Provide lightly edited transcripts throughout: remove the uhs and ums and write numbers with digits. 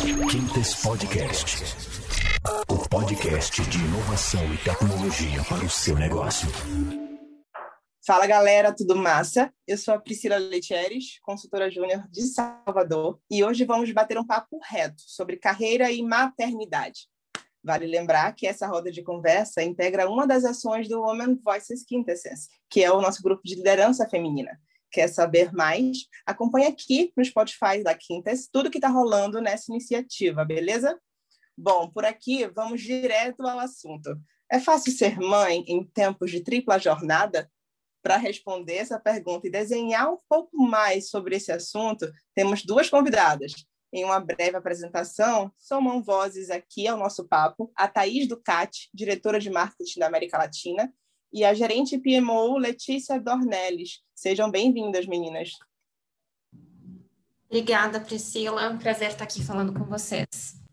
Quintes Podcast. O podcast de inovação e tecnologia para o seu negócio. Fala, galera, tudo massa? Eu sou a Priscila Letieres, consultora júnior de Salvador, e hoje vamos bater um papo reto sobre carreira e maternidade. Vale lembrar que essa roda de conversa integra uma das ações do Women Voices Quintessence, que é o nosso grupo de liderança feminina. Quer saber mais? Acompanhe aqui no Spotify da Quintes tudo que está rolando nessa iniciativa, beleza? Bom, por aqui vamos direto ao assunto. É fácil ser mãe em tempos de tripla jornada? Para responder essa pergunta e desenhar um pouco mais sobre esse assunto, temos duas convidadas. Em uma breve apresentação, somam vozes aqui ao nosso papo a Thaís Ducati, diretora de marketing da América Latina, e a gerente PMO Letícia Dornelles. Sejam bem-vindas, meninas. Obrigada, Priscila. É um prazer estar aqui falando com vocês.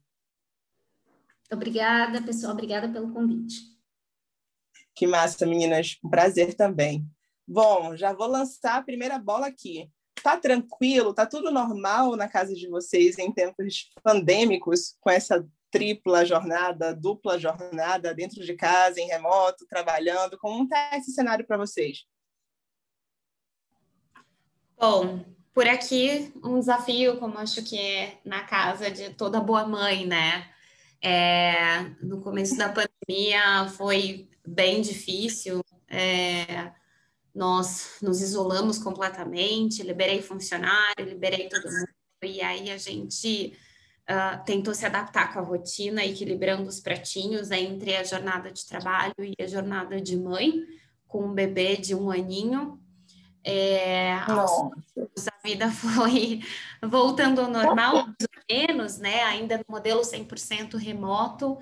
Obrigada, pessoal. Obrigada pelo convite. Que massa, meninas. Um prazer também. Bom, já vou lançar a primeira bola aqui. Tá tranquilo? Tá tudo normal na casa de vocês em tempos pandêmicos, com essa tripla jornada, dupla jornada, dentro de casa, em remoto, trabalhando? Como está esse cenário para vocês? Bom, por aqui um desafio, como acho que é na casa de toda boa mãe, né? No começo da pandemia foi bem difícil, nós nos isolamos completamente, liberei funcionário, liberei todo mundo, e aí a gente tentou se adaptar com a rotina, equilibrando os pratinhos entre a jornada de trabalho e a jornada de mãe, com um bebê de 1 aninho. A vida foi voltando ao normal, mais ou menos, né? Ainda no modelo 100% remoto,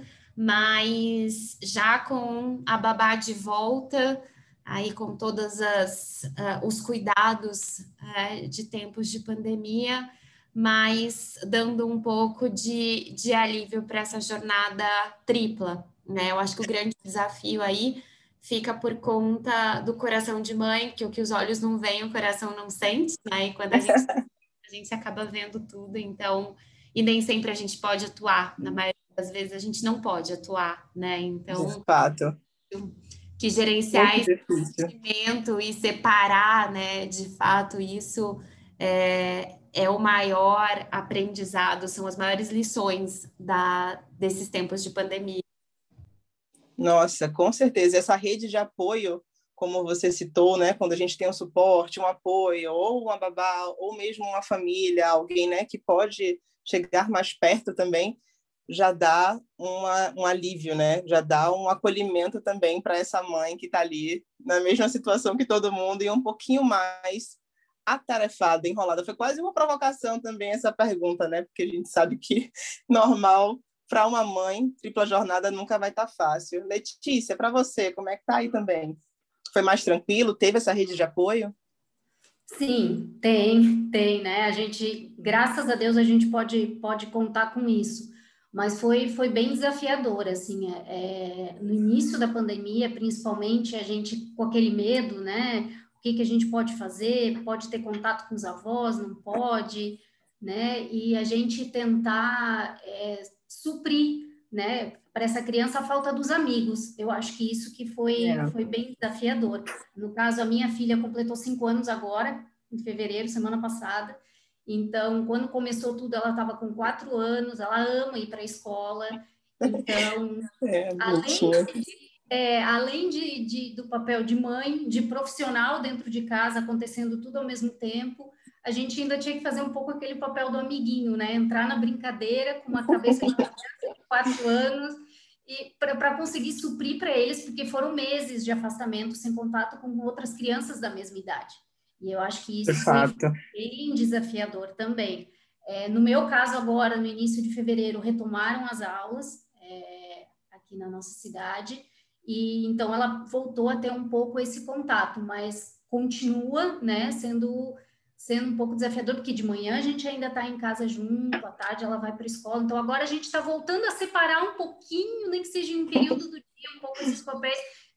mas já com a babá de volta, aí com todos os cuidados de tempos de pandemia, mas dando um pouco de alívio para essa jornada tripla, né? Eu acho que o grande desafio aí fica por conta do coração de mãe, que o que os olhos não veem, o coração não sente, né? E quando a gente acaba vendo tudo, então... E nem sempre a gente pode atuar, na maioria das vezes a gente não pode atuar, né? Então... De fato. Que gerenciar esse sentimento e separar, né? De fato, isso é o maior aprendizado, são as maiores lições desses tempos de pandemia. Nossa, com certeza. Essa rede de apoio, como você citou, né? Quando a gente tem um suporte, um apoio, ou uma babá, ou mesmo uma família, alguém, né, que pode chegar mais perto também, já dá um alívio, né? Já dá um acolhimento também para essa mãe que está ali na mesma situação que todo mundo e um pouquinho mais atarefada, enrolada. Foi quase uma provocação também essa pergunta, né? Porque a gente sabe que normal para uma mãe, tripla jornada nunca vai estar fácil. Letícia, para você, como é que tá aí também? Foi mais tranquilo? Teve essa rede de apoio? Sim, tem, né? A gente, graças a Deus, a gente pode contar com isso. Mas foi bem desafiador, assim, no início da pandemia, principalmente, a gente com aquele medo, né? O que a gente pode fazer? Pode ter contato com os avós? Não pode, né? E a gente tentar suprir, né, para essa criança a falta dos amigos. Eu acho que isso que foi bem desafiador. No caso, a minha filha completou 5 anos agora, em fevereiro, semana passada. Então, quando começou tudo, ela estava com 4 anos, ela ama ir para a escola. Então, além do papel de mãe, de profissional dentro de casa, acontecendo tudo ao mesmo tempo, a gente ainda tinha que fazer um pouco aquele papel do amiguinho, né? Entrar na brincadeira com uma cabeça de 4 anos e para conseguir suprir para eles, porque foram meses de afastamento, sem contato com outras crianças da mesma idade. E eu acho que isso foi bem desafiador também. No meu caso agora, no início de fevereiro, retomaram as aulas aqui na nossa cidade, e então ela voltou a ter um pouco esse contato, mas continua, né, sendo um pouco desafiador, porque de manhã a gente ainda está em casa junto, à tarde ela vai para a escola, então agora a gente está voltando a separar um pouquinho, nem que seja em um período do dia, um pouco esses papéis,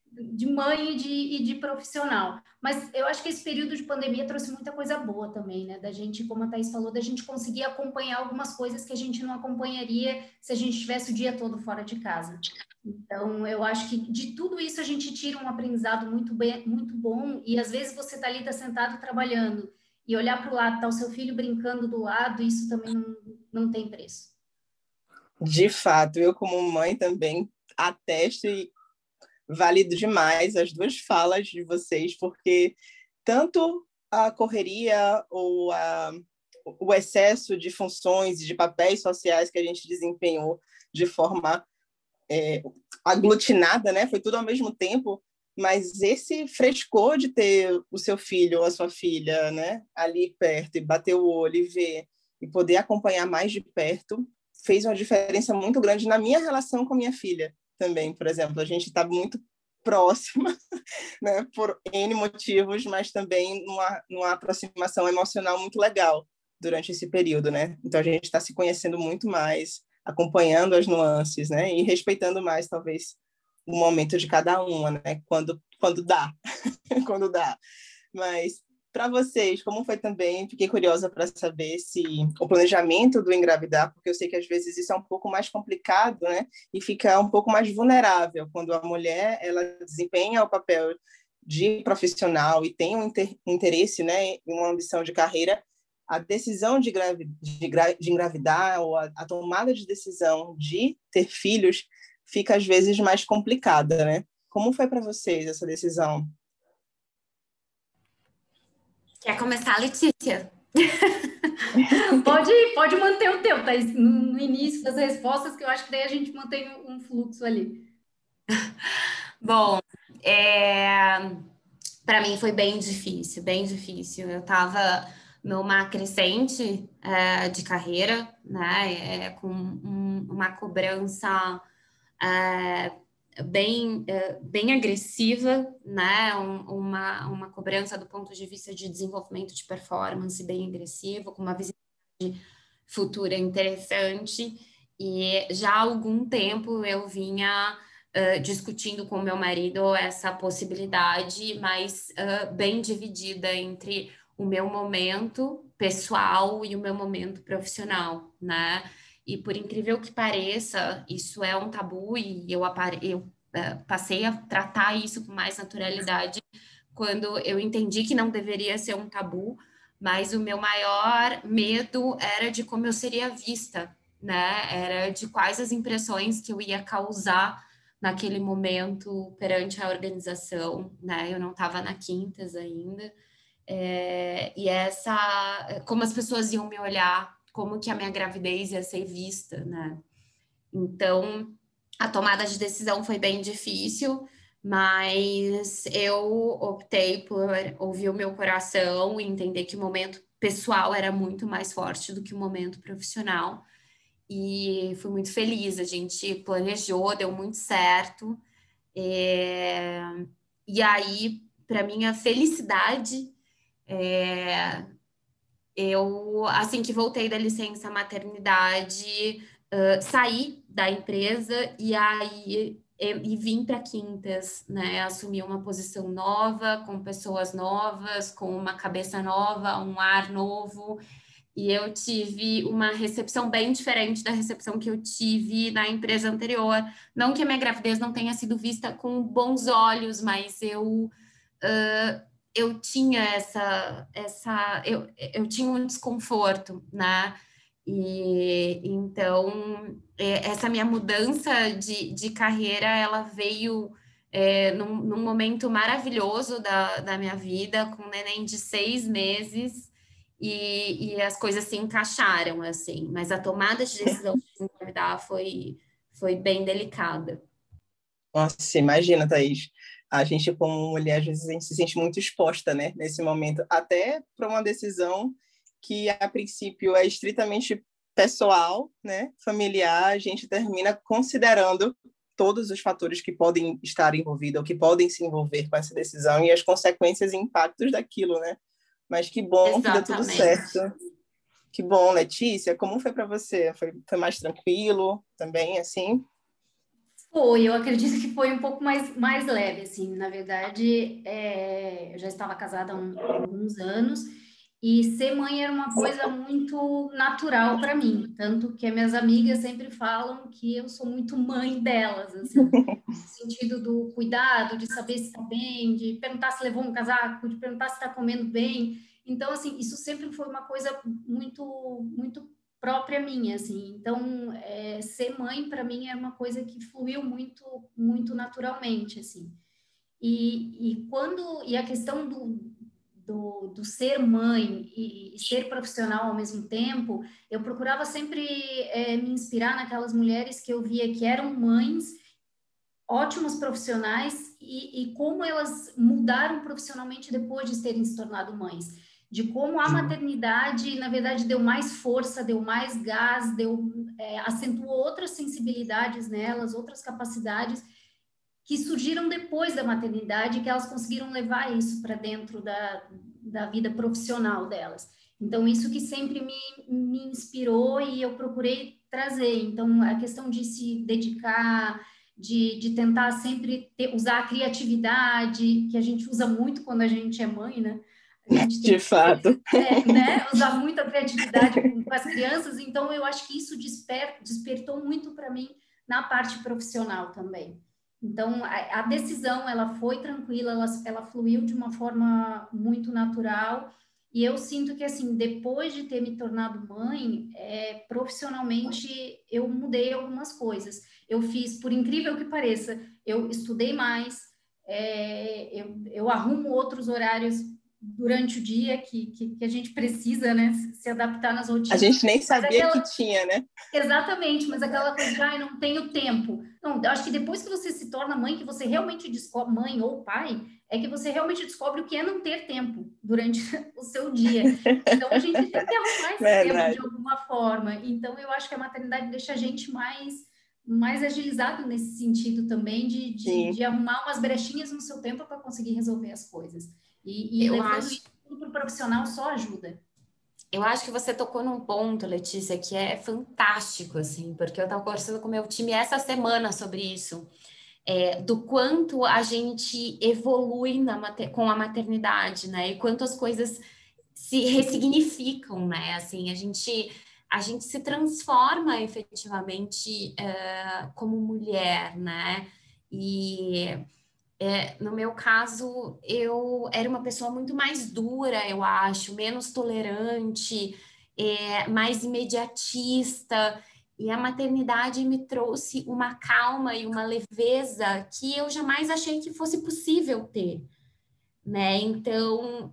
de mãe e de profissional. Mas eu acho que esse período de pandemia trouxe muita coisa boa também, né? Da gente, como a Thaís falou, da gente conseguir acompanhar algumas coisas que a gente não acompanharia se a gente estivesse o dia todo fora de casa. Então, eu acho que de tudo isso a gente tira um aprendizado muito bom, e às vezes você está ali, está sentado trabalhando, e olhar para o lado, está o seu filho brincando do lado, isso também não tem preço. De fato, eu como mãe também atesto e valido demais as duas falas de vocês, porque tanto a correria ou o excesso de funções e de papéis sociais que a gente desempenhou de forma aglutinada, né? Foi tudo ao mesmo tempo, mas esse frescor de ter o seu filho ou a sua filha, né, ali perto e bater o olho e ver e poder acompanhar mais de perto fez uma diferença muito grande na minha relação com a minha filha também, por exemplo. A gente está muito próxima, né, por N motivos, mas também numa aproximação emocional muito legal durante esse período, né? Então a gente está se conhecendo muito mais, acompanhando as nuances, né, e respeitando mais talvez o momento de cada uma, né, quando dá, quando dá. Mas para vocês, como foi também? Fiquei curiosa para saber se o planejamento do engravidar, porque eu sei que às vezes isso é um pouco mais complicado, né? E fica um pouco mais vulnerável quando a mulher ela desempenha o papel de profissional e tem um interesse, né, em uma ambição de carreira. A decisão de engravidar ou a tomada de decisão de ter filhos fica às vezes mais complicada, né? Como foi para vocês essa decisão? Quer começar, Letícia? Pode manter o teu, Thaís, no início das respostas, que eu acho que daí a gente mantém um fluxo ali. Bom, para mim foi bem difícil, bem difícil. Eu estava numa crescente de carreira, né, com uma cobrança bem agressiva, né, uma cobrança do ponto de vista de desenvolvimento de performance bem agressivo, com uma visibilidade futura interessante. E já há algum tempo eu vinha discutindo com meu marido essa possibilidade, mas bem dividida entre o meu momento pessoal e o meu momento profissional, né? E por incrível que pareça, isso é um tabu e eu passei a tratar isso com mais naturalidade quando eu entendi que não deveria ser um tabu, mas o meu maior medo era de como eu seria vista, né? Era de quais as impressões que eu ia causar naquele momento perante a organização, né? Eu não estava na Quintas ainda, como as pessoas iam me olhar, como que a minha gravidez ia ser vista, né? Então, a tomada de decisão foi bem difícil, mas eu optei por ouvir o meu coração e entender que o momento pessoal era muito mais forte do que o momento profissional. E fui muito feliz, a gente planejou, deu muito certo. E aí, para minha felicidade, eu, assim que voltei da licença maternidade, saí da empresa e vim para Quintas, né? Assumi uma posição nova, com pessoas novas, com uma cabeça nova, um ar novo. E eu tive uma recepção bem diferente da recepção que eu tive na empresa anterior. Não que a minha gravidez não tenha sido vista com bons olhos, mas eu tinha eu tinha um desconforto, né? E então essa minha mudança de carreira, ela veio num momento maravilhoso da minha vida, com um neném de 6 meses, e as coisas se encaixaram, assim, mas a tomada de decisão de engravidar foi bem delicada. Nossa, imagina, Thaís. A gente, como mulher, às vezes a gente se sente muito exposta, né, nesse momento, até para uma decisão que, a princípio, é estritamente pessoal, né, familiar, a gente termina considerando todos os fatores que podem estar envolvidos, ou que podem se envolver com essa decisão e as consequências e impactos daquilo, né? Mas que bom que deu tudo certo. Que bom, Letícia. Como foi para você? Foi mais tranquilo também, assim? Foi, eu acredito que foi um pouco mais leve, assim, na verdade, eu já estava casada há alguns anos, e ser mãe era uma coisa muito natural para mim, tanto que as minhas amigas sempre falam que eu sou muito mãe delas, assim, no sentido do cuidado, de saber se está bem, de perguntar se levou um casaco, de perguntar se está comendo bem, então, assim, isso sempre foi uma coisa muito própria minha, assim. Então, ser mãe para mim é uma coisa que fluiu muito naturalmente, assim. E a questão do ser mãe e ser profissional ao mesmo tempo, eu procurava sempre me inspirar naquelas mulheres que eu via que eram mães, ótimos profissionais e como elas mudaram profissionalmente depois de terem se tornado mães. De como a maternidade, na verdade, deu mais força, deu mais gás, acentuou outras sensibilidades nelas, outras capacidades que surgiram depois da maternidade, que elas conseguiram levar isso para dentro da vida profissional delas. Então, isso que sempre me inspirou e eu procurei trazer. Então, a questão de se dedicar, de tentar sempre usar a criatividade, que a gente usa muito quando a gente é mãe, né? A gente tem De fato. né? Usar muito a criatividade com as crianças. Então, eu acho que isso despertou muito para mim na parte profissional também. Então, a decisão, ela foi tranquila, ela fluiu de uma forma muito natural, e eu sinto que, assim, depois de ter me tornado mãe, profissionalmente, eu mudei algumas coisas. Eu fiz, por incrível que pareça, eu estudei mais, eu arrumo outros horários durante o dia que a gente precisa, né, se adaptar nas A rotinas. gente nem Mas sabia que tinha, né? exatamente, mas aquela coisa de, não tenho tempo. Não, eu acho que depois que você se torna mãe, que você realmente descobre, mãe ou pai, é que você realmente descobre o que é não ter tempo durante o seu dia. Então, a gente tem que arrumar esse tempo de Verdade. alguma forma. Então, eu acho que a maternidade deixa a gente mais agilizado nesse sentido também, Sim. de arrumar umas brechinhas no seu tempo para conseguir resolver as coisas. E Eu levando acho, isso para o profissional só ajuda. eu acho que você tocou num ponto, Letícia, que é fantástico, assim, porque eu estava conversando com o meu time essa semana sobre isso, do quanto a gente evolui com a maternidade, né? E quanto as coisas se ressignificam, né? Assim, a gente se transforma efetivamente como mulher, né? E no meu caso, eu era uma pessoa muito mais dura, eu acho, menos tolerante, mais imediatista. E a maternidade me trouxe uma calma e uma leveza que eu jamais achei que fosse possível ter, né? Então,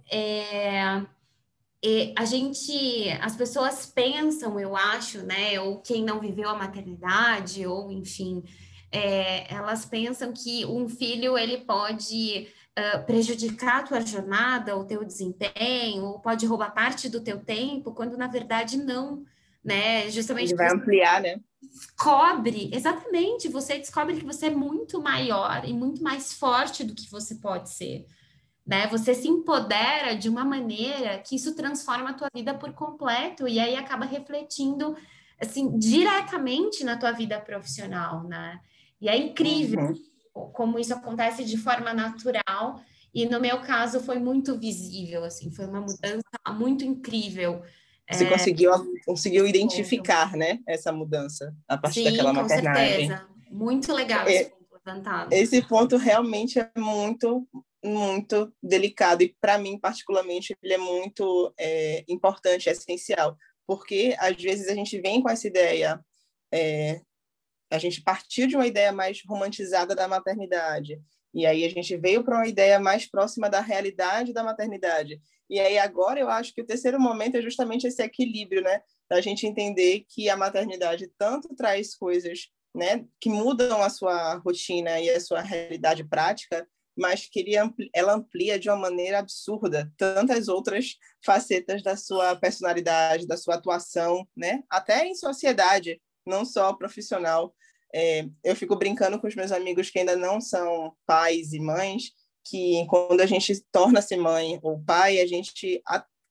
as pessoas pensam, eu acho, né? Ou quem não viveu a maternidade, ou enfim, elas pensam que um filho ele pode prejudicar a tua jornada, o teu desempenho, ou pode roubar parte do teu tempo, quando na verdade não, né? Justamente Ele vai ampliar, né? descobre, exatamente, você descobre que você é muito maior e muito mais forte do que você pode ser, né? Você se empodera de uma maneira que isso transforma a tua vida por completo e aí acaba refletindo assim diretamente na tua vida profissional, né? E é incrível como isso acontece de forma natural e no meu caso foi muito visível, assim, foi uma mudança muito incrível. Você conseguiu identificar, né, essa mudança a partir daquela Sim, com maternagem. certeza. Muito legal esse ponto levantado. Esse ponto realmente é muito delicado e, para mim, particularmente, ele é muito importante, essencial, porque, às vezes, a gente vem com essa ideia, a gente partiu de uma ideia mais romantizada da maternidade, e aí a gente veio para uma ideia mais próxima da realidade da maternidade. E aí agora eu acho que o terceiro momento é justamente esse equilíbrio, né? Da gente entender que a maternidade tanto traz coisas, né, que mudam a sua rotina e a sua realidade prática, mas que ela amplia de uma maneira absurda tantas outras facetas da sua personalidade, da sua atuação, né? Até em sociedade, não só profissional. Eu fico brincando com os meus amigos que ainda não são pais e mães, que quando a gente torna-se mãe ou pai, a gente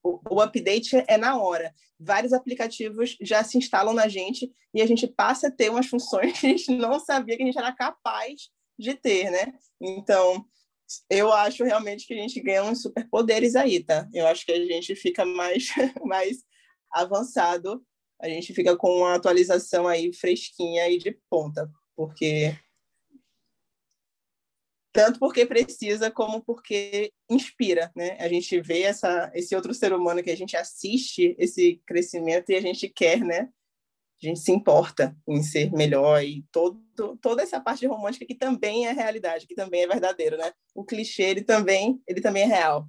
o update é na hora. Vários aplicativos já se instalam na gente e a gente passa a ter umas funções que a gente não sabia que a gente era capaz de ter, né? Então, eu acho realmente que a gente ganha uns superpoderes aí, tá? Eu acho que a gente fica mais, mais avançado, a gente fica com uma atualização aí fresquinha e de ponta, porque tanto porque precisa como porque inspira, né? A gente vê esse outro ser humano que a gente assiste esse crescimento e a gente quer, né? A gente se importa em ser melhor e toda essa parte romântica que também é realidade, que também é verdadeiro, né? O clichê, ele também é real.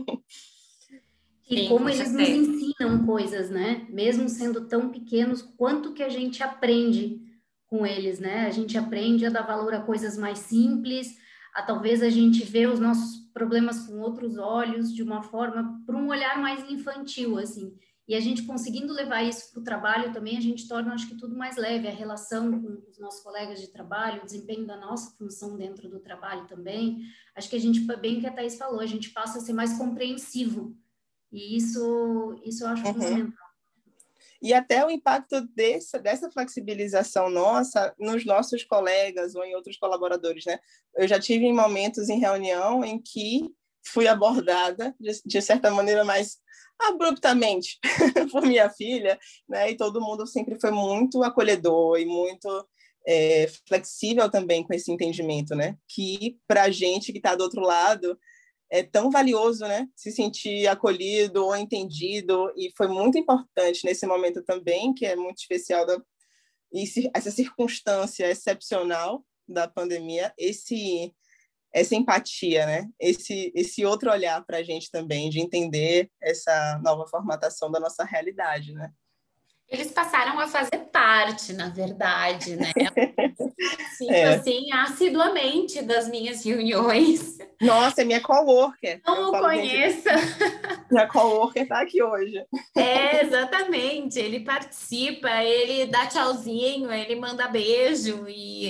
E Sim, como com eles nos certeza. ensinam coisas, né? Mesmo sendo tão pequenos, quanto que a gente aprende com eles, né? A gente aprende a dar valor a coisas mais simples, a talvez a gente ver os nossos problemas com outros olhos, de uma forma, para um olhar mais infantil, assim. E a gente conseguindo levar isso para o trabalho também, a gente torna, acho que, tudo mais leve, a relação com os nossos colegas de trabalho, o desempenho da nossa função dentro do trabalho também. Acho que a gente, bem que a Thaís falou, a gente passa a ser mais compreensivo. E isso eu acho fundamental. E até o impacto dessa flexibilização nossa nos nossos colegas ou em outros colaboradores, né? Eu já tive momentos em reunião em que fui abordada, de certa maneira, mais abruptamente por minha filha, né? E todo mundo sempre foi muito acolhedor e muito flexível também com esse entendimento, né? Que para a gente que está do outro lado é tão valioso, né? Se sentir acolhido ou entendido, e foi muito importante nesse momento também, que é muito especial, essa circunstância excepcional da pandemia, essa empatia, né? Esse outro olhar para a gente também, de entender essa nova formatação da nossa realidade, né? Eles passaram a fazer parte, na verdade, né? Participa, assim, assiduamente das minhas reuniões. Nossa, é minha coworker. Não o conheça. Minha coworker está aqui hoje. Exatamente. Ele participa, ele dá tchauzinho, ele manda beijo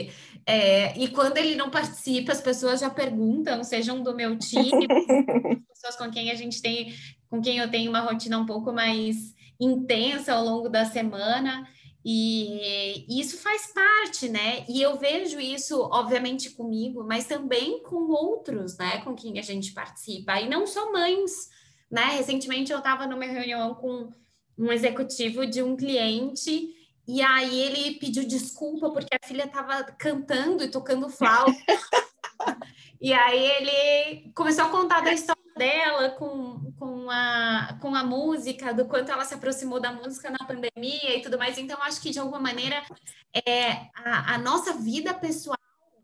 e quando ele não participa, as pessoas já perguntam, sejam do meu time, pessoas com quem eu tenho uma rotina um pouco mais intensa ao longo da semana. E isso faz parte, né? E eu vejo isso, obviamente, comigo, mas também com outros, né? Com quem a gente participa. E não só mães, né? Recentemente eu estava numa reunião com um executivo de um cliente e aí ele pediu desculpa porque a filha estava cantando e tocando flauta. E aí ele começou a contar da história dela com a música, do quanto ela se aproximou da música na pandemia e tudo mais. Então, acho que, de alguma maneira, a nossa vida pessoal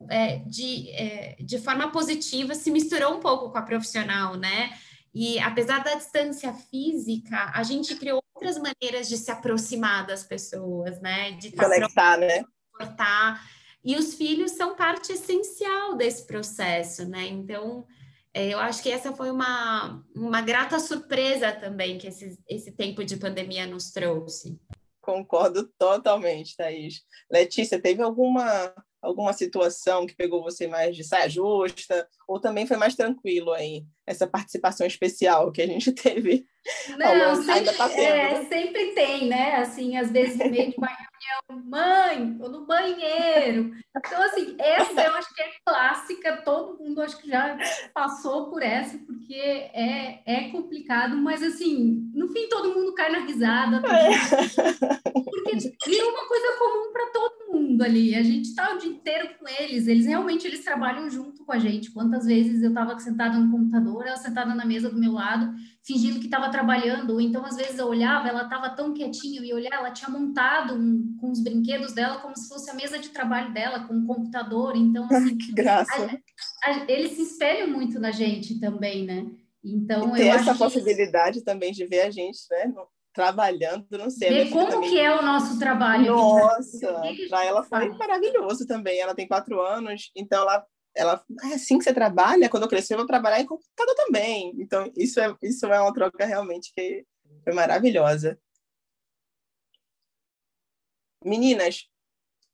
de forma positiva se misturou um pouco com a profissional, né? E, apesar da distância física, a gente criou outras maneiras de se aproximar das pessoas, né? De conectar, né? E os filhos são parte essencial desse processo, né? Então, eu acho que essa foi uma grata surpresa também que esse tempo de pandemia nos trouxe. Concordo totalmente, Thaís. Letícia, teve alguma situação que pegou você mais de saia justa, ou também foi mais tranquilo aí, essa participação especial que a gente teve? Não, ainda tá tendo, né? sempre tem, né? Assim, às vezes no meio de uma reunião, mãe, tô no banheiro. Então, assim, essa eu acho que é clássica, todo mundo acho que já passou por essa, porque é complicado, mas assim, no fim todo mundo cai na risada, porque virou uma coisa comum para todo mundo ali. A gente está o dia inteiro com eles realmente eles trabalham junto com a gente. Quantas vezes eu estava sentada no computador, ela sentada na mesa do meu lado, fingindo que estava trabalhando, ou então às vezes eu olhava, ela estava tão quietinha, eu ia olhar, ela tinha montado com os brinquedos dela como se fosse a mesa de trabalho dela, com o computador. Então, assim, que graça. Eles se espelham muito na gente também, né? Então, e ter eu essa acho possibilidade também de ver a gente, né? Trabalhando, não sei. Ver como também... que é o nosso trabalho. Nossa, para ela foi maravilhoso também. Ela tem 4 anos, então ela assim que você trabalha, quando eu crescer eu vou trabalhar em computador também. Então isso é uma troca realmente que foi maravilhosa. Meninas,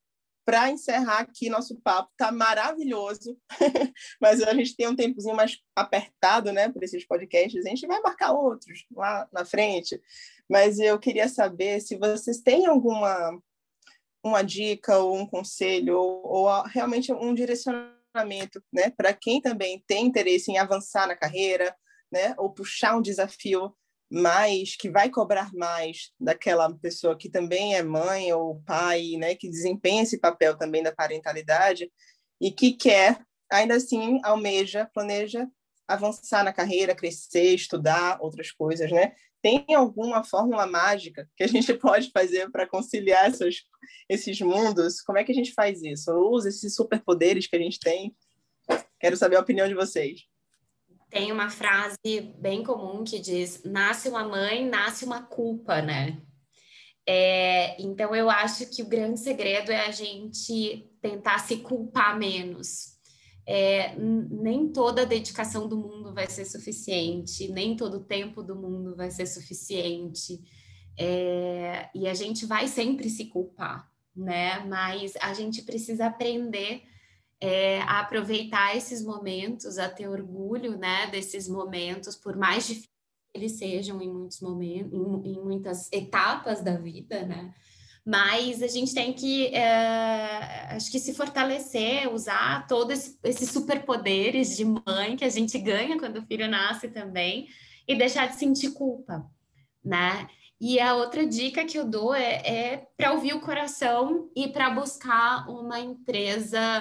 para encerrar aqui, nosso papo tá maravilhoso, mas a gente tem um tempozinho mais apertado, né, por esses podcasts. A gente vai marcar outros lá na frente, mas eu queria saber se vocês têm alguma uma dica ou um conselho ou realmente um direcionamento, né, para quem também tem interesse em avançar na carreira, né, ou puxar um desafio mais, que vai cobrar mais daquela pessoa que também é mãe ou pai, né, que desempenha esse papel também da parentalidade e que quer, ainda assim, almeja, planeja avançar na carreira, crescer, estudar outras coisas, né? Tem alguma fórmula mágica que a gente pode fazer para conciliar esses mundos? Como é que a gente faz isso? Usa esses superpoderes que a gente tem? Quero saber a opinião de vocês. Tem uma frase bem comum que diz: nasce uma mãe, nasce uma culpa, né? Então, eu acho que o grande segredo é a gente tentar se culpar menos. Nem toda a dedicação do mundo vai ser suficiente, nem todo o tempo do mundo vai ser suficiente. E a gente vai sempre se culpar, né? Mas a gente precisa aprender a aproveitar esses momentos, a ter orgulho, né, desses momentos, por mais difíceis que eles sejam em muitos momentos, em muitas etapas da vida, né? Mas a gente tem que, acho que se fortalecer, usar todos esses superpoderes de mãe que a gente ganha quando o filho nasce também, e deixar de sentir culpa, né? E a outra dica que eu dou é para ouvir o coração e para buscar uma empresa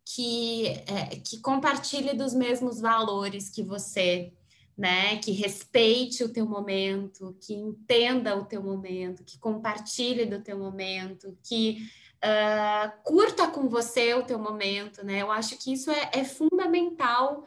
que compartilhe dos mesmos valores que você, né? Que respeite o teu momento, que entenda o teu momento, que compartilhe do teu momento, que curta com você o teu momento, né? Eu acho que isso é fundamental.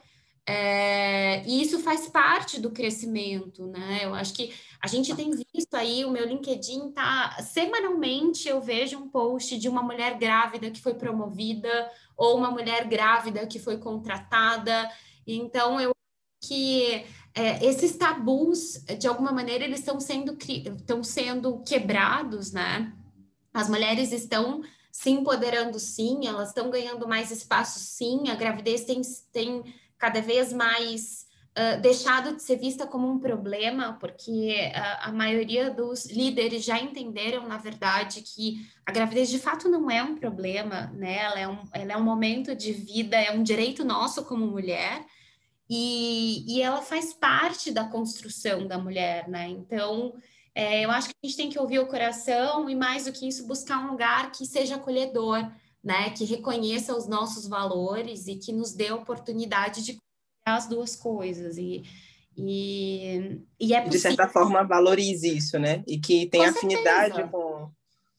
E isso faz parte do crescimento, né? Eu acho que a gente tem visto aí, o meu LinkedIn tá semanalmente eu vejo um post de uma mulher grávida que foi promovida ou uma mulher grávida que foi contratada. Então, eu acho que esses tabus, de alguma maneira, eles estão sendo quebrados, né? As mulheres estão se empoderando, sim, elas estão ganhando mais espaço, sim, a gravidez tem cada vez mais deixado de ser vista como um problema, porque a maioria dos líderes já entenderam, na verdade, que a gravidez de fato não é um problema, né? Ela é um momento de vida, é um direito nosso como mulher, e ela faz parte da construção da mulher, né? Então, eu acho que a gente tem que ouvir o coração e, mais do que isso, buscar um lugar que seja acolhedor, né? Que reconheça os nossos valores e que nos dê a oportunidade de as duas coisas. E é De certa possível. forma, valorize isso, né? E que Com tenha afinidade certeza. com...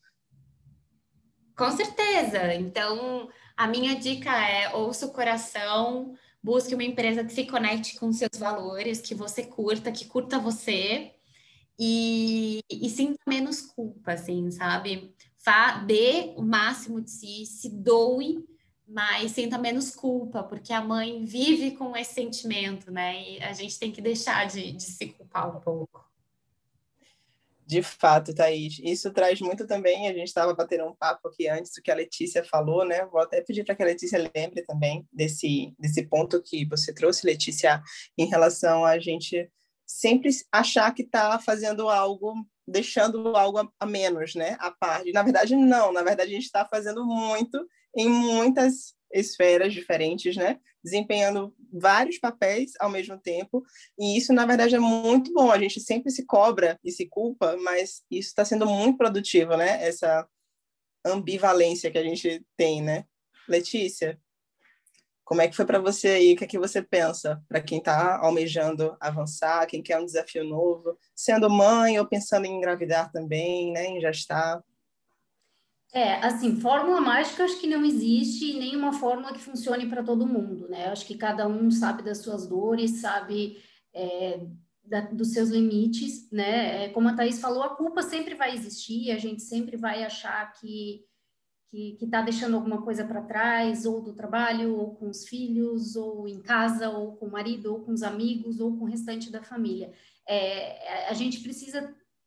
Com certeza. Então, a minha dica é: ouça o coração, busque uma empresa que se conecte com seus valores, que você curta, que curta você, e sinta menos culpa, assim, sabe? Dê o máximo de si, se doe, mas sinta menos culpa, porque a mãe vive com esse sentimento, né? E a gente tem que deixar de se culpar um pouco. De fato, Thaís. Isso traz muito também, a gente estava batendo um papo aqui antes do que a Letícia falou, né? Vou até pedir para que a Letícia lembre também desse ponto que você trouxe, Letícia, em relação a gente sempre achar que está fazendo algo, deixando algo a menos, né? A parte. Na verdade, não. Na verdade, a gente está fazendo muito em muitas esferas diferentes, né? Desempenhando vários papéis ao mesmo tempo, e isso, na verdade, é muito bom. A gente sempre se cobra e se culpa, mas isso está sendo muito produtivo, né? Essa ambivalência que a gente tem, né? Letícia, como é que foi para você aí? O que é que você pensa para quem está almejando avançar, quem quer um desafio novo, sendo mãe ou pensando em engravidar também, né? Em gestar? Assim, fórmula mágica acho que não existe e nenhuma fórmula que funcione para todo mundo, né? Acho que cada um sabe das suas dores, sabe dos seus limites, né? Como a Thaís falou, a culpa sempre vai existir, a gente sempre vai achar que está deixando alguma coisa para trás, ou do trabalho, ou com os filhos, ou em casa, ou com o marido, ou com os amigos, ou com o restante da família. A gente precisa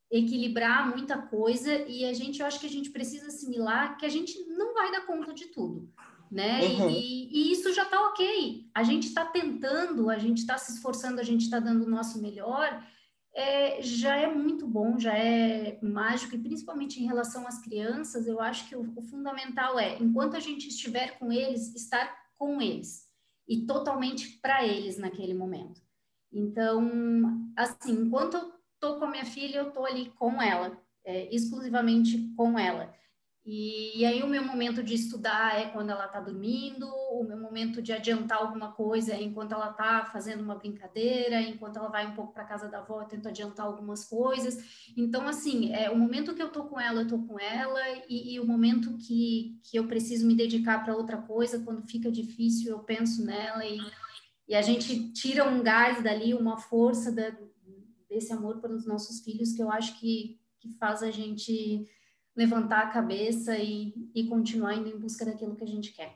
equilibrar muita coisa e eu acho que a gente precisa assimilar que a gente não vai dar conta de tudo, né? E isso já está ok. A gente está tentando, a gente está se esforçando, a gente está dando o nosso melhor, já é muito bom, já é mágico, e principalmente em relação às crianças, eu acho que o fundamental enquanto a gente estiver com eles, estar com eles e totalmente para eles naquele momento. Então, assim, enquanto eu tô com a minha filha, eu tô ali com ela, exclusivamente com ela. E aí o meu momento de estudar é quando ela tá dormindo, o meu momento de adiantar alguma coisa é enquanto ela tá fazendo uma brincadeira, enquanto ela vai um pouco para casa da avó, eu tento adiantar algumas coisas. Então, assim, o momento que eu tô com ela, eu tô com ela, e o momento que eu preciso me dedicar para outra coisa, quando fica difícil, eu penso nela e a gente tira um gás dali, uma força desse amor para os nossos filhos, que eu acho que faz a gente levantar a cabeça e continuar indo em busca daquilo que a gente quer.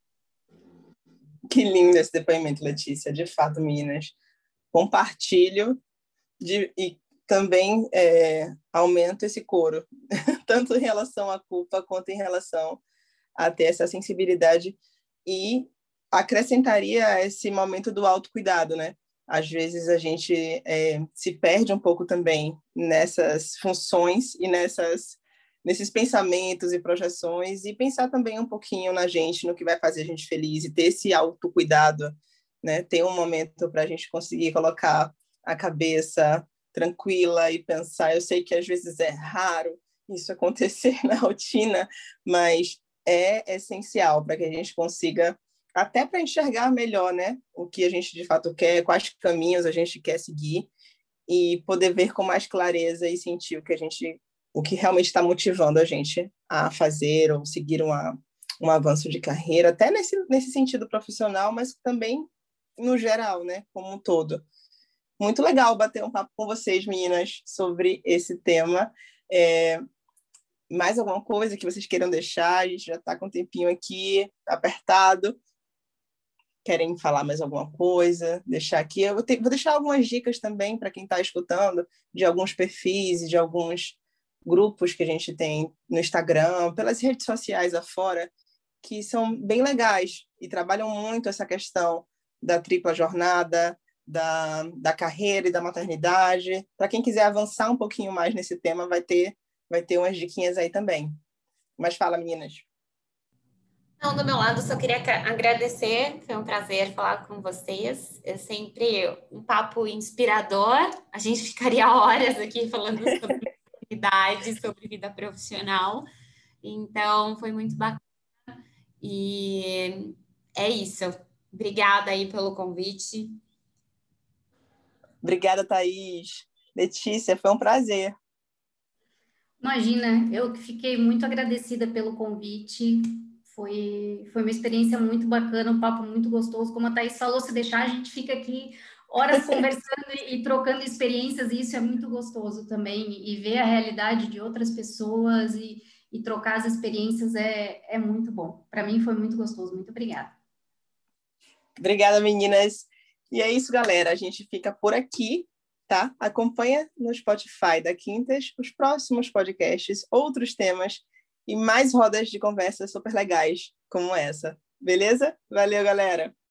Que lindo esse depoimento, Letícia. De fato, meninas, compartilho e também aumento esse coro, tanto em relação à culpa quanto em relação a ter essa sensibilidade, e acrescentaria esse momento do autocuidado, né? Às vezes a gente se perde um pouco também nessas funções e nesses pensamentos e projeções, e pensar também um pouquinho na gente, no que vai fazer a gente feliz, e ter esse autocuidado, né? Ter um momento para a gente conseguir colocar a cabeça tranquila e pensar. Eu sei que às vezes é raro isso acontecer na rotina, mas é essencial para que a gente consiga, até para enxergar melhor, né, o que a gente de fato quer, quais caminhos a gente quer seguir, e poder ver com mais clareza e sentir o que realmente está motivando a gente a fazer ou seguir um avanço de carreira, até nesse sentido profissional, mas também no geral, né, como um todo. Muito legal bater um papo com vocês, meninas, sobre esse tema. Mais alguma coisa que vocês queiram deixar? A gente já está com um tempinho aqui apertado. Querem falar mais alguma coisa? Deixar aqui. Eu vou deixar algumas dicas também para quem está escutando, de alguns perfis e de alguns grupos que a gente tem no Instagram, pelas redes sociais afora, que são bem legais e trabalham muito essa questão da tripla jornada, da carreira e da maternidade. Para quem quiser avançar um pouquinho mais nesse tema, vai ter umas diquinhas aí também. Mas fala, meninas. Então, do meu lado, só queria agradecer, foi um prazer falar com vocês. É sempre um papo inspirador. A gente ficaria horas aqui falando sobre maternidade, sobre vida profissional. Então, foi muito bacana. E é isso. Obrigada aí pelo convite. Obrigada, Thaís. Letícia, foi um prazer. Imagina, eu fiquei muito agradecida pelo convite. Foi uma experiência muito bacana, um papo muito gostoso. Como a Thaís falou, se deixar, a gente fica aqui horas conversando e trocando experiências, e isso é muito gostoso também. E ver a realidade de outras pessoas e trocar as experiências é muito bom. Para mim foi muito gostoso. Muito obrigada. Obrigada, meninas. E é isso, galera. A gente fica por aqui, tá? Acompanha no Spotify da Quintas os próximos podcasts, outros temas e mais rodas de conversa super legais como essa. Beleza? Valeu, galera!